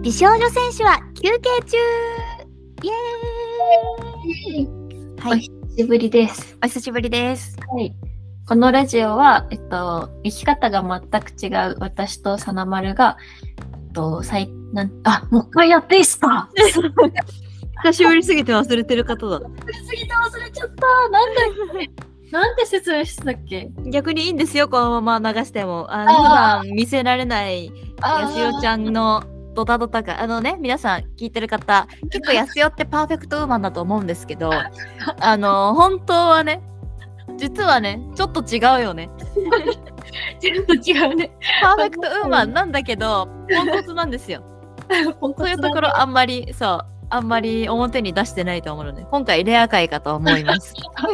美少女選手は休憩中。イエーイ。 はい、お久しぶりです。 お久しぶりです。 はい。このラジオは、生き方が全く違う私とさなまるが、もう一回やっていいっすか？ 久しぶりすぎて忘れてる方だ。 久しぶりすぎて忘れちゃった。なんだっけなんて説明してたっけ？ 逆にいいんですよ、このまま流しても。普段見せられないやすよちゃんのドタドタが、皆さん聞いてる方、結構やすよってパーフェクトウーマンだと思うんですけど、本当はね、実はね、ちょっと違うよね。 ちょっと違うね。 パーフェクトウーマンなんだけど、ポンコツなんですよ。そういうところあんまり表に出してないと思うので、今回レア回かと思います。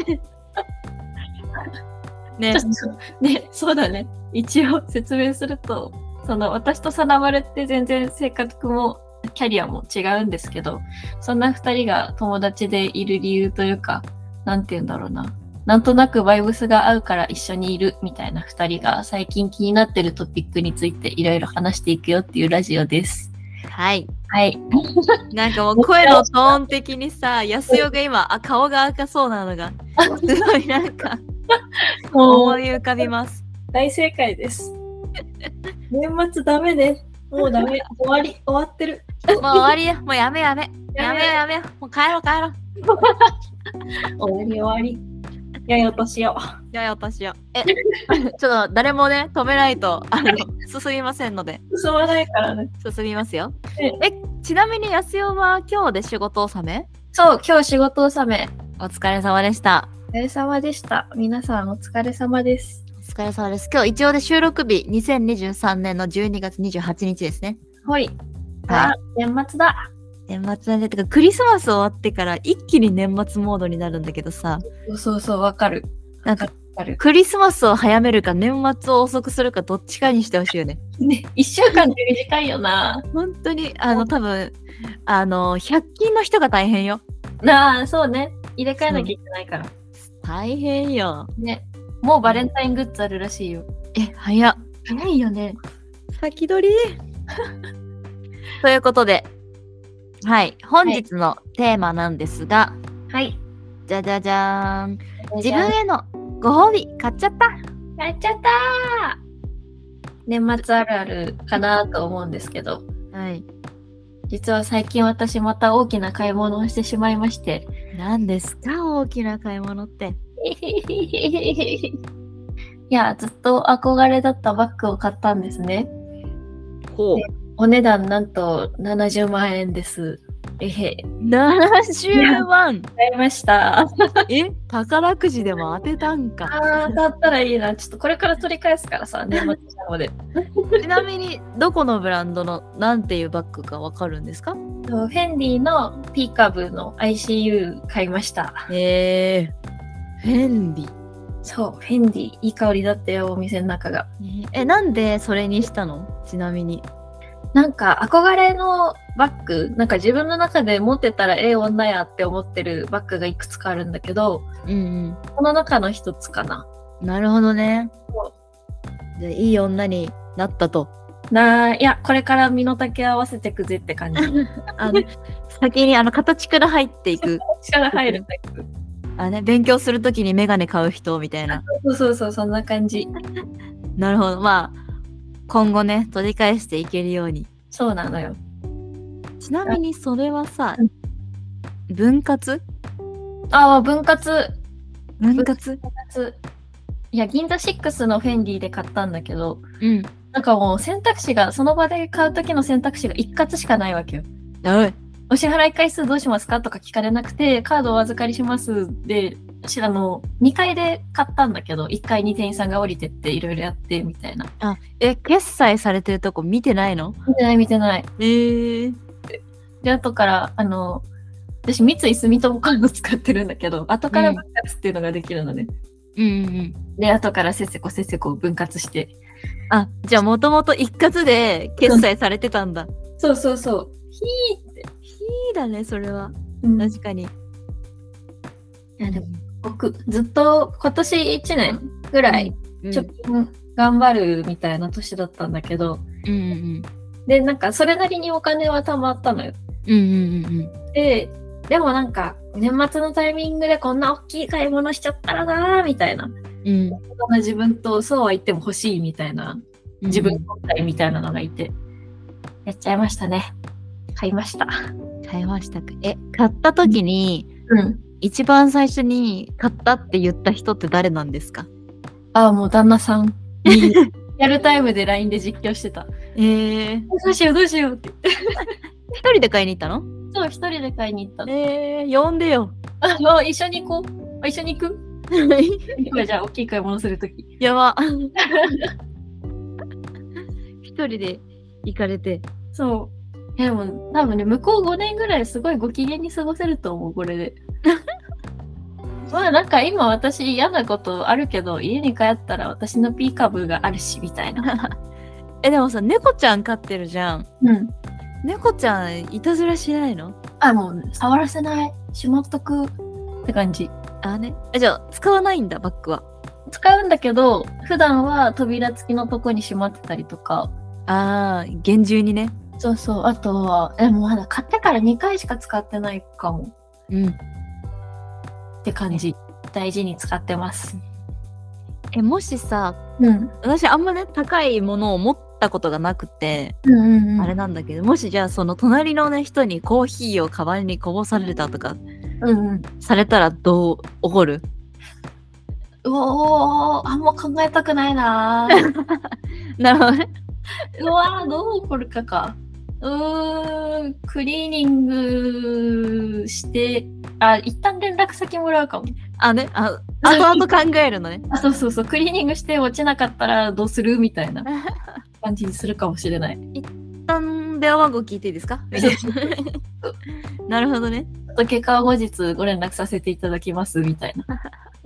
ね、 そうだね。一応説明すると、私とさなまるって全然性格もキャリアも違うんですけど、そんな2人が友達でいる理由というか、なんて言うんだろうな。なんとなくバイブスが合うから一緒にいるみたいな2人が最近気になってるトピックについていろいろ話していくよっていうラジオです。 はい。 はい。 なんかもう声のトーン的にさ、やすよが今、顔が赤そうなのが、すごいなんか、思い浮かびます。 大正解です。年末ダメね。もうダメ。終わってる。 もう終わりよ。もうやめよ。もう帰ろう。 終わり。やいお年を。 ちょっと誰もね、止めないと、進みませんので。 進まないからね。 進みますよ。ちなみにやすよは今日で仕事納め？ そう、今日仕事納め。 お疲れ様でした。 お疲れ様でした。皆さんお疲れ様です。 お疲れ様です。今日一応で収録日、2023年の12月28日ですね。 はい。年末だ。 年末なんで、てかクリスマス終わってから一気に年末モードになるんだけどさ。 そう、わかる。 なんか、クリスマスを早めるか年末を遅くするかどっちかにしてほしいよね。 ね、1週間で短いよな。 本当に、多分、100均の人が大変よ。 そうね。入れ替えなきゃいけないから。 大変よ。 ね。もうバレンタイングッズあるらしいよ。 早いよね。 先取り。ということで、はい、本日のテーマなんですが、 はい。 じゃじゃじゃーん。自分へのご褒美買っちゃった。 年末あるあるかなと思うんですけど、 はい。 実は最近私また大きな買い物をしてしまいまして。 何ですか、大きな買い物って。 いや、ずっと憧れだったバッグを買ったんですね。 ほう。 お値段なんと70万円です。 70万買いました。 宝くじでも当てたんか。 当たったらいいな。ちょっとこれから取り返すからさ、年末なので。 ちなみに、どこのブランドのなんていうバッグかわかるんですか？ フェンディのピーカブの ICU 買いました。 フェンディ。 そう、フェンディ。いい香りだったよ、お店の中が。 なんでそれにしたの？ちなみに。 なんか憧れのバッグ、なんか自分の中で持ってたら女やって思ってるバッグがいくつかあるんだけど、この中の一つかな。 なるほどね。じゃあいい女になったと。 いや、これから身の丈合わせてくぜって感じ。 先に形から入っていく。 形から入るタイプ。 勉強するときにメガネ買う人みたいな。 そう、そんな感じ。 なるほど。まあ、今後ね、取り返していけるように。 そうなのよ。 ちなみにそれはさ、分割？ 分割。いや、銀座6のフェンディで買ったんだけど、なんかもう選択肢が、その場で買う時の選択肢が一括しかないわけよ。お支払い回数どうしますかとか聞かれなくて、カードお預かりしますで、2階で買ったんだけど、1階に店員さんが降りてっていろいろやってみたいな。 決済されてるとこ見てないの？ 見てない。で、後から、私、三井住友カード使ってるんだけど、後から分割っていうのができるのね。で、後からせっせこ分割して。 じゃあもともと一括で決済されてたんだ。 そう。 ひーだね、それは。確かに。いや、でも、僕、ずっと今年1年ぐらい、貯金頑張るみたいな年だったんだけど、 で、なんかそれなりにお金は貯まったのよ。 うんうんでもなんか、年末のタイミングでこんな大きい買い物しちゃったらなーみたいな。 うんそんな自分とそうは言っても欲しいみたいな、自分本体みたいなのがいて、やっちゃいましたね。買いました。 買いましたか。買った時に、一番最初に買ったって言った人って誰なんですか？ もう旦那さんにやるタイムで LINE で実況してた。どうしようどうしようって言って。 一人で買いに行ったの？ そう、一人で買いに行ったの。 呼んでよ。 一緒に行こう。一緒に行く？じゃあ、大きい買い物するとき。 やば。一人で行かれて。 そう。でも、多分ね、向こう5年ぐらいすごいご機嫌に過ごせると思う、これで。まあなんか今私嫌なことあるけど、家に帰ったら私のピーカブがあるし、みたいな。 でもさ、猫ちゃん飼ってるじゃん。猫ちゃんいたずらしないの？ もう触らせない。しまっとくって感じ。 じゃあ使わないんだ、バッグは。 使うんだけど、普段は扉付きのとこにしまってたりとか。 厳重にね。 そうそう。あとは、でもまだ買ってから2回しか使ってないかも。って感じ。大事に使ってます。 もしさ、私あんまね、高いものを持ったことがなくて、あれなんだけど、もしじゃあその隣のね、人にコーヒーをカバンにこぼされたとか、されたらどう怒る？ あんま考えたくないななるほどね。 どう怒るか。クリーニングして、一旦連絡先もらうかも。 後々考えるのね。 そう。クリーニングして落ちなかったらどうするみたいな感じにするかもしれない。 一旦電話番号聞いていいですか？なるほどね。 結果は後日ご連絡させていただきますみたいな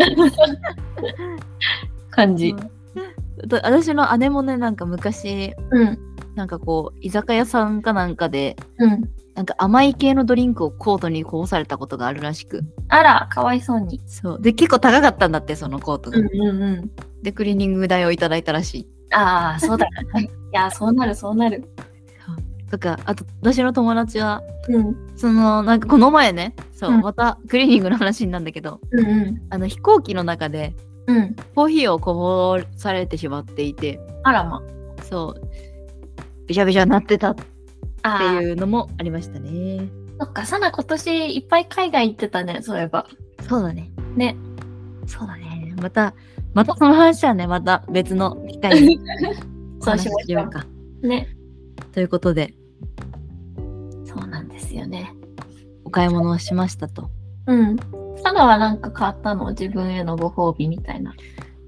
感じ。 私の姉もね、なんか昔、なんかこう居酒屋さんかなんかで、なんか甘い系のドリンクをコートにこぼされたことがあるらしく。 あら、かわいそうに。 そうで、結構高かったんだって、そのコートが。で、クリーニング代をいただいたらしい。 そうだね。いや、そうなる。 とか、あと私の友達は、なんかこの前ね、またクリーニングの話になるんだけど、飛行機の中で、コーヒーをこぼされてしまっていて、 あらま。 びしゃびしゃになってたっていうのもありましたね。 そっか、サナ今年いっぱい海外行ってたね、そういえば。 そうだね。 そうだね。 またその話はね、また別の機会にそうしましょうか。 ということで。 そうなんですよね。 お買い物をしましたと。 サナはなんか買ったの？自分へのご褒美みたいな。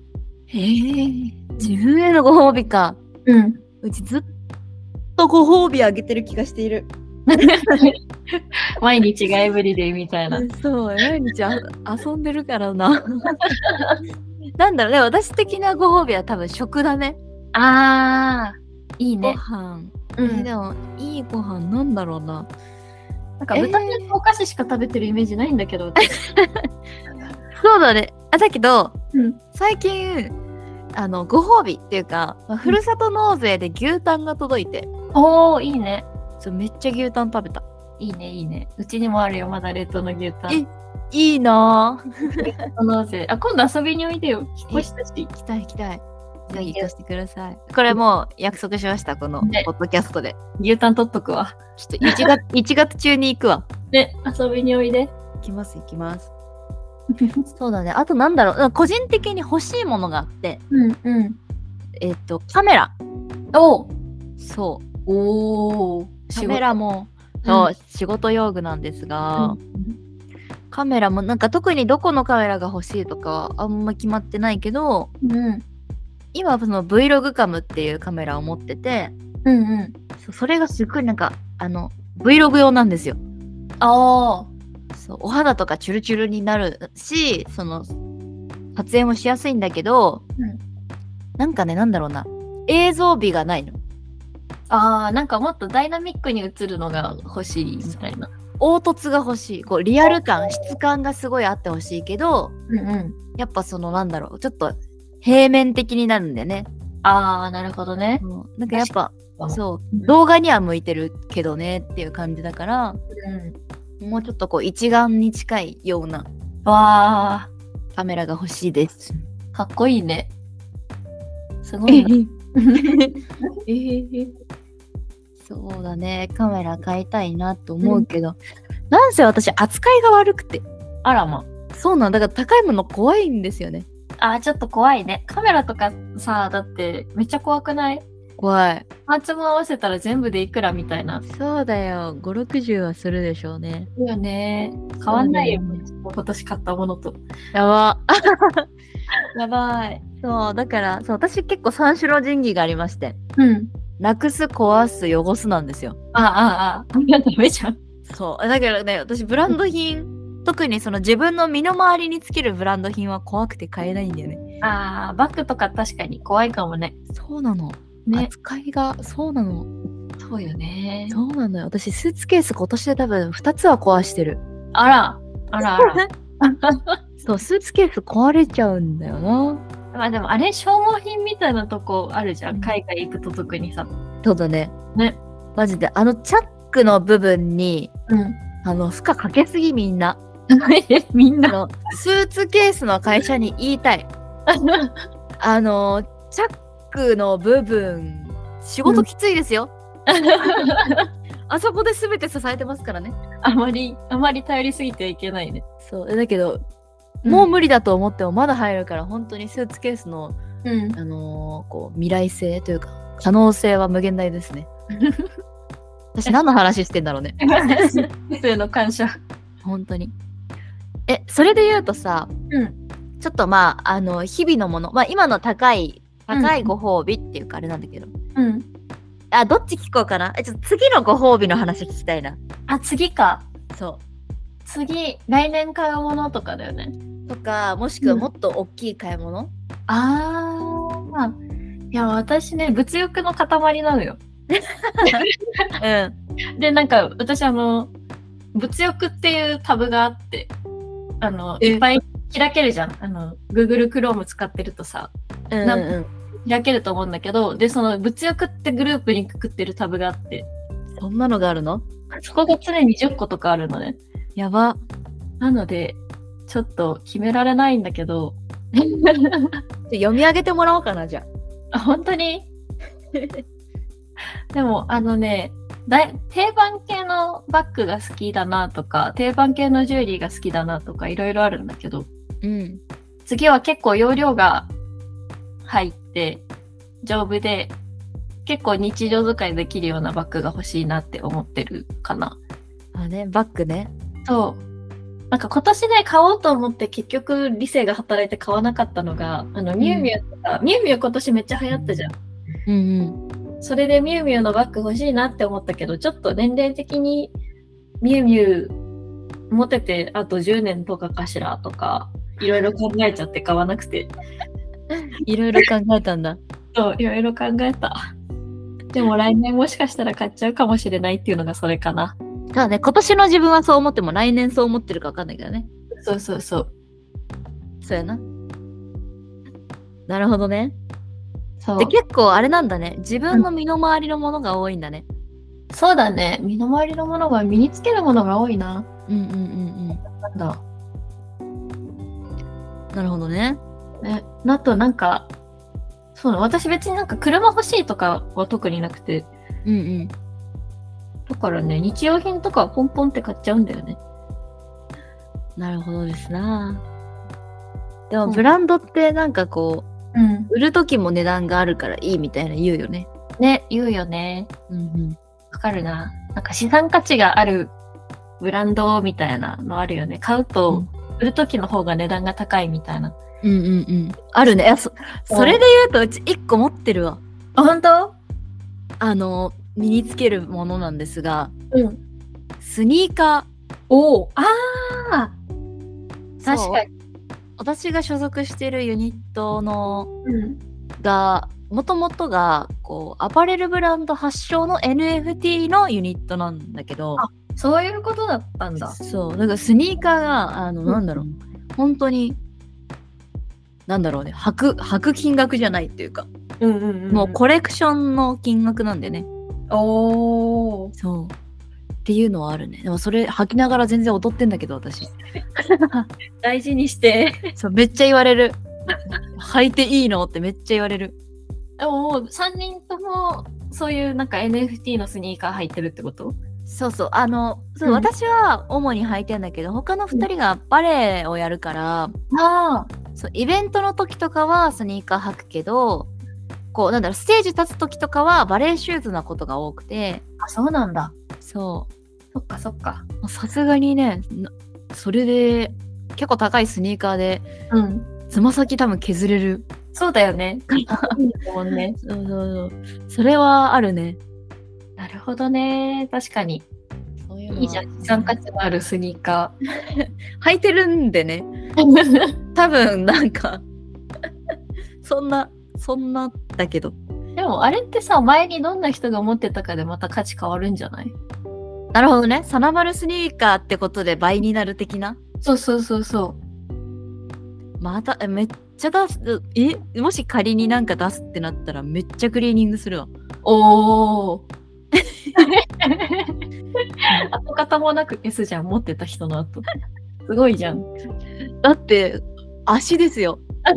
自分へのご褒美か。うちずっとご褒美あげてる気がしている。 毎日がエブリデイみたいな。 そう、毎日遊んでるからな。なんだろうね、私的なご褒美は多分食だね。 いいね。 ご飯。でも、いいご飯なんだろうな。 なんか豚肉お菓子しか食べてるイメージないんだけど。 そうだね。だけど、最近、ご褒美っていうか、ふるさと納税で牛タンが届いて。 いいね。 めっちゃ牛タン食べた。 いいね。うちにもあるよ、まだ冷凍の牛タン。 いいなぁ。 ふるさと納税。今度遊びにおいでよ。引っ越したし。 行きたい。ぜひ行かせてください。これもう約束しました、このポッドキャストで。 牛タン取っとくわ。 ちょっと1月中に行くわ。 遊びにおいで。 行きます。そうだね。あとなんだろう。個人的に欲しいものがあって。カメラ。そう。カメラも、仕事用具なんですが、カメラもなんか特にどこのカメラが欲しいとかあんま決まってないけど、今その Vlog カムっていうカメラを持ってて、それがすごいなんかVlog 用なんですよ。お肌とかチュルチュルになるし、その撮影もしやすいんだけど、なんかね、なんだろうな、映像美がないの。 なんかもっとダイナミックに映るのが欲しいみたいな。 凹凸が欲しい。こうリアル感、質感がすごいあってほしいけど、やっぱそのなんだろう、ちょっと平面的になるんだよね。 なるほどね。 なんかやっぱかも。 そう動画には向いてるけどねっていう感じだから、もうちょっとこう一眼に近いようなわカメラが欲しいです。 ー、かっこいいね。すごいな。 そうだね、カメラ買いたいなと思うけど、なんせ私扱いが悪くて。 あらま。 そうなんだから高いもの怖いんですよね。 ちょっと怖いね。カメラとかさ、だってめっちゃ怖くない？ 怖い。 パーツも合わせたら全部でいくらみたいな。 そうだよ、5、60はするでしょうね。 いいよね。変わんないよ、今年買ったものと。 やば。 やばい。 そうだからそう私結構三種の神器がありまして、なくす、壊す、汚すなんですよ。 ダメじゃん。 そうだからね、私ブランド品特にその自分の身の回りにつけるブランド品は怖くて買えないんだよね。 バッグとか確かに怖いかもね。 そうなの。 ね。 扱いがそうなの。 そうよね。 そうなのよ。私スーツケース今年で多分2つは壊してる。 あら。 そうスーツケース壊れちゃうんだよな。 まあでもあれ消耗品みたいなとこあるじゃん。海外行くと特にさ。 そうだね。 ね。 マジでチャックの部分に負荷かけすぎみんな。 みんなスーツケースの会社に言いたい。チャックの部分仕事きついですよ。あそこで全て支えてますからね。 あまり頼りすぎてはいけないね。 そうだけど、もう無理だと思ってもまだ入るから、本当にスーツケースの、こう未来性というか可能性は無限大ですね。私何の話してんだろうね。 生の感謝。 本当に。それで言うとさ、ちょっと日々のもの、今の高いご褒美っていうかあれなんだけど、どっち聞こうかな。ちょっと次のご褒美の話聞きたいな。 次か。 そう。 次、来年買うものとかだよね。 とか、もしくはもっと大きい買い物？ いや、私ね、物欲の塊なのよ。で、なんか、私物欲っていうタブがあって、いっぱい開けるじゃん。Google Chrome 使ってるとさ、開けると思うんだけど、で、その物欲ってグループにくくってるタブがあって。 そんなのがあるの？ そこが常に10個とかあるのね。 やば。 なので、ちょっと決められないんだけど。 読み上げてもらおうかな、じゃあ。本当に？でも、定番系のバッグが好きだなとか、定番系のジュエリーが好きだなとか、いろいろあるんだけど、次は結構容量が入って丈夫で結構日常使いできるようなバッグが欲しいなって思ってるかな。 バッグね。 そう。なんか今年ね、買おうと思って結局理性が働いて買わなかったのが、ミュウミュウとか、ミュウミュウ今年めっちゃ流行ったじゃん。それでミュウミュウのバッグ欲しいなって思ったけど、ちょっと年齢的にミュウミュウ持ててあと10年とかかしらとか、いろいろ考えちゃって買わなくて。 いろいろ考えたんだ。 そう、いろいろ考えた。でも来年もしかしたら買っちゃうかもしれないっていうのがそれかな。 ただね、今年の自分はそう思っても来年そう思ってるか分かんないけどね。 そうそうそう。 そうやな。なるほどね。 そう。 で、結構あれなんだね。自分の身の回りのものが多いんだね。 そうだね。身の回りのものが身につけるものが多いな。なんだ。なるほどね。 あとなんか、そうなの。私別になんか車欲しいとかは特になくて。だからね、日用品とかはポンポンって買っちゃうんだよね。 なるほどですな。でもブランドってなんかこう、売る時も値段があるからいいみたいな言うよね。 ね、言うよね。わかるな。なんか資産価値があるブランドみたいなのあるよね。買うと、売る時の方が値段が高いみたいな。あるね。それで言うとうち1個持ってるわ。 あ、本当？ 身につけるものなんですが、スニーカー。 確かに。 私が所属しているユニットの、がもともとがこうアパレルブランド発祥の NFT のユニットなんだけど、 そういうことだったんだ。 そうだからスニーカーがなんだろう、本当になんだろうね、履く金額じゃないっていうか、 うんうんうん。 もうコレクションの金額なんでね。 おー。 そう。っていうのはあるね。でもそれ履きながら全然踊ってんだけど、私。 大事にして。 そう、めっちゃ言われる。履いていいのってめっちゃ言われる。 でももう3人ともそういうなんか NFT のスニーカー入ってるってこと？ そうそう。そう、 うん私は主に履いてんだけど、他の2人がバレエをやるから、 あそうイベントの時とかはスニーカー履くけど、こうなんだろう、ステージ立つ時とかはバレエシューズなことが多くて、 あ、そうなんだ。 そそっかそっか。 う、さすがにね、それで結構高いスニーカーでうん。 つま先多分削れる。 そうだよね。もんね。 そうそうそう。それはあるね。 なるほどね。確かに。 そういうのはいいじゃん。資産価値のあるスニーカ履いてるんでね。 ー。 多分なんかそんなだけど。 でもあれってさ、前にどんな人が持ってたかでまた価値変わるんじゃない？ なるほどね。サナバルスニーカーってことで倍になる的な。 そうそうそうそまためっちゃ出す。もし仮になんか出すってなったらめっちゃクリーニングするわ。 う。おー。跡形もなく消すじゃん。持ってた人の後。すごいじゃん。 だって足ですよ。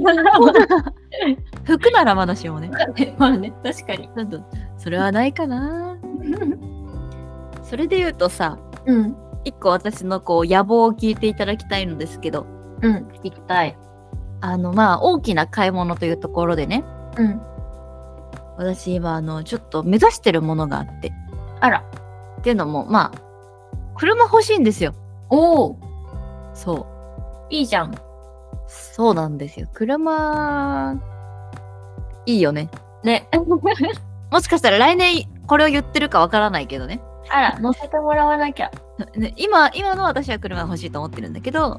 服ならまだしもね。 まあね、確かに。 なんだそれはないかな。それで言うとさ、 うん。 一個私のこう野望を聞いていただきたいのですけど、 うん。聞きたい。 まあ大きな買い物というところでね、 うん。 私今ちょっと目指してるものがあって、 あら。 っていうのもまあ車欲しいんですよ。 おー。 そういいじゃん。 そうなんですよ。車いいよね。 ね。 もしかしたら来年これを言ってるかわからないけどね。 あら、乗せてもらわなきゃ。 ね今の私は車が欲しいと思ってるんだけど、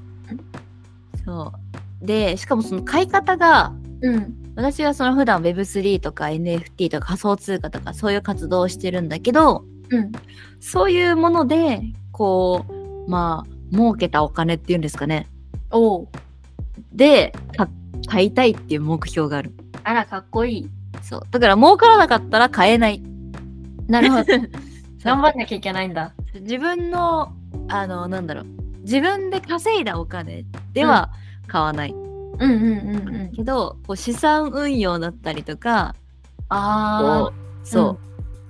そうでしかもその買い方が、私はその普段 Web3 とか NFT とか仮想通貨とかそういう活動をしてるんだけど、そういうものでこうまあ儲けたお金っていうんですかね。 おで買いたいっていう目標がある。 あら、かっこいい。 そうだから儲からなかったら買えない。 なるほど。頑張んなきゃいけないんだ。 自分のなんだろう、自分で稼いだお金では買わない。けどこう資産運用だったりとか、そう、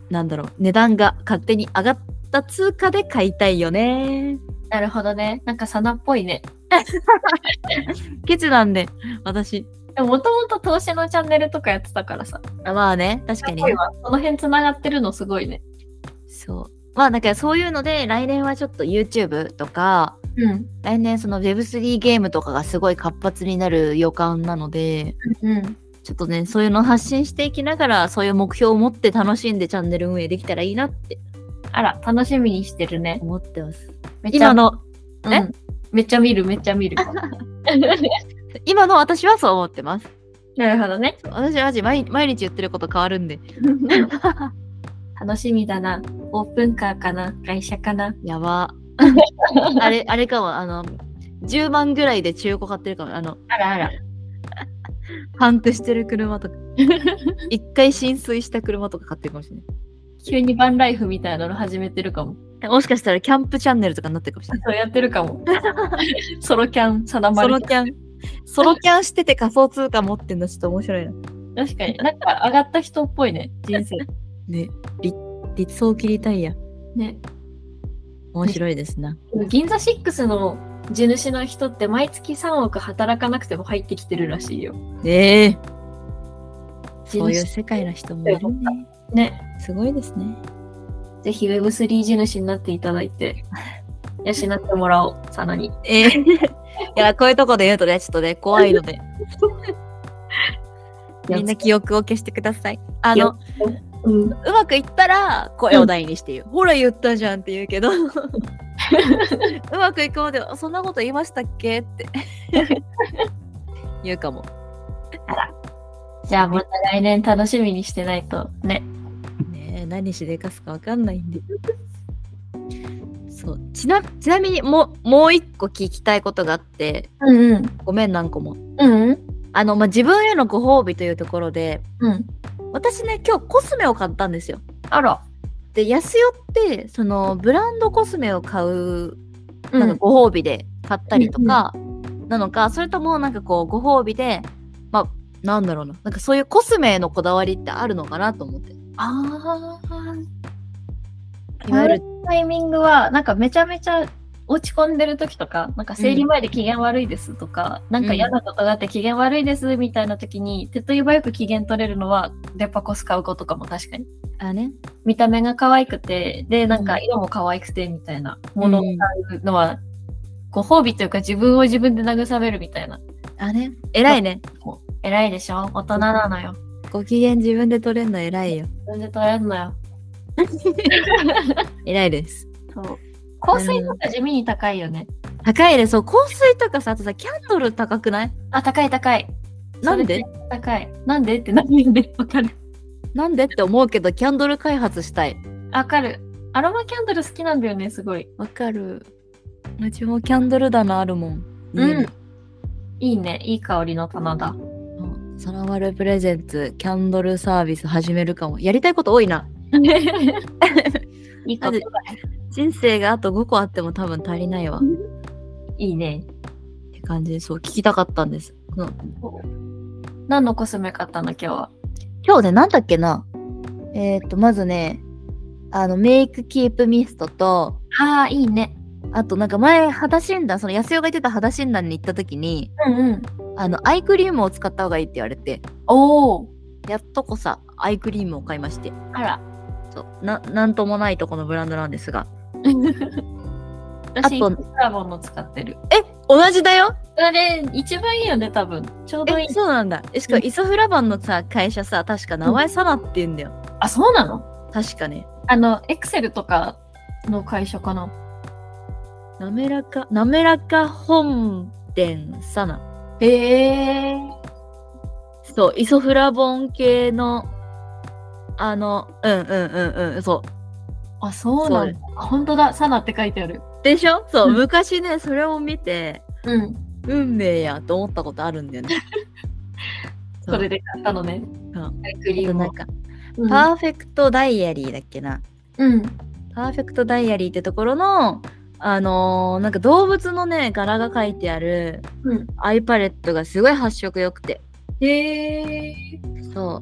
なんだろう、値段が勝手に上がった通貨で買いたいよね。 なるほどね。なんかサナっぽいね。 ケチなんで私。 でももともと投資のチャンネルとかやってたからさ。 まあね、確かに、ね。 その辺つながってるのすごいね。 そう。まあだからそういうので来年はちょっと YouTube とか、来年その Web3 ゲームとかがすごい活発になる予感なので、ちょっとねそういうのを発信していきながらそういう目標を持って楽しんでチャンネル運営できたらいいなって。 あら、楽しみにしてるね。 思ってます。 今の、めっちゃ見る。 今の私はそう思ってます。 なるほどね。 私は毎日言ってること変わるんで。 楽しみだな。オープンカーかな、会社かな。 やば。あれかも、10万ぐらいで中古買ってるかも。 あらあら。 パンクしてる車とか。一回浸水した車とか買ってるかもしれない。 急にバンライフみたいなの始めてるかも。 もしかしたらキャンプチャンネルとかになってるかもしれない。 そうやってるかも。ソロキャン、定まる。 ソロキャンしてて仮想通貨持ってんのちょっと面白いな。 確かに。なんか上がった人っぽいね、人生。 ね、理想切りたいや。 ね。 面白いですな。 銀座6の地主の人って毎月3億働かなくても入ってきてるらしいよ。 そういう世界の人もいるね。 ね。 すごいですね。 ぜひ Web3 地主になっていただいて、養ってもらおう、さなに。 いや、こういうとこで言うとね、ちょっとね、怖いので。みんな記憶を消してください。うまくいったら声を大にして言う。ほら言ったじゃんって言うけど、うまくいくまでそんなこと言いましたっけって言うかも。 じゃあまた来年楽しみにしてないとね。 何しでかすかわかんないんで。そう。ちなみにもう一個聞きたいことがあって、ごめん何個も。 自分へのご褒美というところで、 うん。 私ね、今日コスメを買ったんですよ。 あら。 で、安代ってそのブランドコスメを買うなんかうん。 ご褒美で買ったりとかなのか、それともなんかこうご褒美でなんだろうな、なんかそういうコスメへのこだわりってあるのかなと思って。 ああ。 いわゆるタイミングは、なんかめちゃめちゃ落ち込んでる時とか、なんか生理前で機嫌悪いですとか、なんか嫌なことがあって機嫌悪いですみたいな時に、手っ取り早く機嫌取れるのはデパコス買う子とかも確かに。 ね、 見た目が可愛くて、で、なんか色も可愛くてみたいなものを買うのは、ご褒美というか自分を自分で慰めるみたいな。 ね、偉いね。 偉いでしょ、大人なのよ。 ご機嫌自分で取れるの偉いよ。 自分で取れるのよ。 偉いです。 そう。香水とか地味に高いよね。 高いね。そう、香水とかさ、あとさ、キャンドル高くない？ 高い高い。 なんで？ 高い。なんでって何よね。わかる。 なんでって思うけど、キャンドル開発したい。 わかる。アロマキャンドル好きなんだよね、すごい。 わかる。うちもキャンドル棚あるもん。 いいね。いい香りの棚だ。 サナバルプレゼンツキャンドルサービス始めるかも。やりたいこと多いな。 いいことだ。 人生があと5個あっても多分足りないわ。 いいね。 って感じで、そう聞きたかったんです。 何のコスメ買ったの今日は？ 今日ね、なんだっけな。まずね、メイクキープミストと、 いいね。 あとなんか前肌診断、その安代が言ってた肌診断に行った時に、アイクリームを使った方がいいって言われて、やっとこさアイクリームを買いまして。 あら。 そうなんともないとこのブランドなんですが。 私、イソフラボンの使ってる。 同じだよ。 あれ、一番いいよね、多分。ちょうどいい。 そうなんだ。しかもイソフラボンのさ、会社さ、確か名前サナって言うんだよ。 あ、そうなの？ 確かね。 エクセルとかの会社かな。 なめらか本店サナ。そう、イソフラボン系の、そう。 あ、そうなんだ。本当だ、サナって書いてある。 でしょ？そう、昔ね、それを見て、 運命やと思ったことあるんだよね。 それで買ったのね。 クリームなんか、パーフェクトダイアリーだっけな。パーフェクトダイアリーってところの、なんか動物のね、柄が描いてある、アイパレットがすごい発色良くて。そう。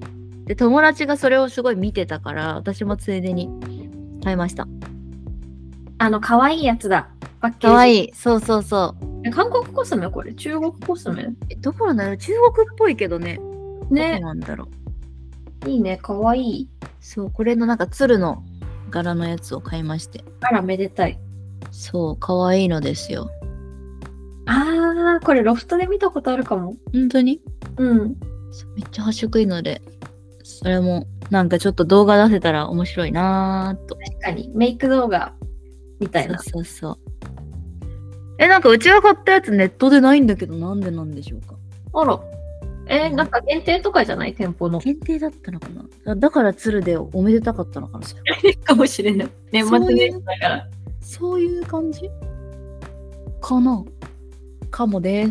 で、友達がそれをすごい見てたから、私もついでに買いました。 可愛いやつだ。パッケージ。 可愛い。そうそうそう。 韓国コスメこれ？中国コスメ？ どこなんだろう？中国っぽいけどね。ね。どこなんだろう。いいね、可愛い。 そう、これのなんか鶴の柄のやつを買いまして。 あら、めでたい。 そう、可愛いのですよ。 これロフトで見たことあるかも。 本当に？めっちゃ発色いいので、それもなんかちょっと動画出せたら面白いなーと。 確かに、メイク動画みたいな。 そう。なんかうちが買ったやつネットでないんだけど、なんでなんでしょうか。 あら。なんか限定とかじゃない？店舗の。 限定だったのかな？だから鶴でおめでたかったのかな？ かもしれない。年末年始だから。 そういう感じかな？かもです。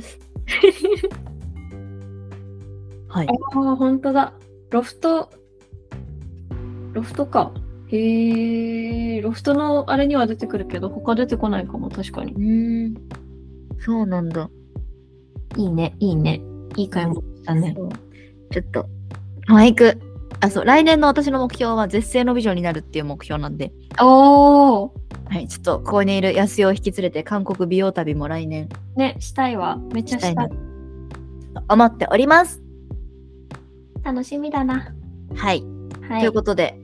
はい。 本当だ。ロフトか。ロフトのあれには出てくるけど、他出てこないかも、確かに。 そうなんだ。 いいね。いい買い物したね。 ちょっと、可愛く。そう、来年の私の目標は絶世の美女になるっていう目標なんで。はい、ちょっとここにいる安代を引き連れて韓国美容旅も来年。 ね、したいわ。めっちゃしたい。 思っております。 楽しみだな。 はい。ということで、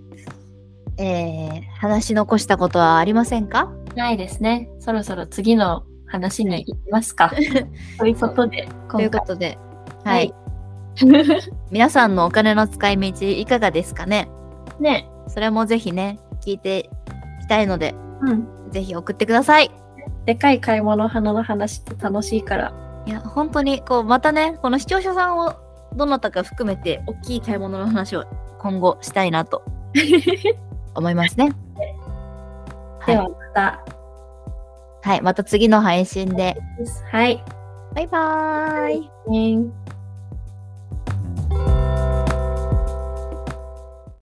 話し残したことはありませんか？ ないですね。そろそろ次の話に行きますか。ということで、 はい。皆さんのお金の使い道いかがですかね？ ね。 それもぜひね、聞いていきたいので、ぜひ送ってください。 でかい買い物花の話って楽しいから。 いや、本当に、またね、この視聴者さんをどなたか含めて、大きい買い物の話を今後したいなと思いますね。 ではまた。 はい、また次の配信で。 はい。 バイバーイ。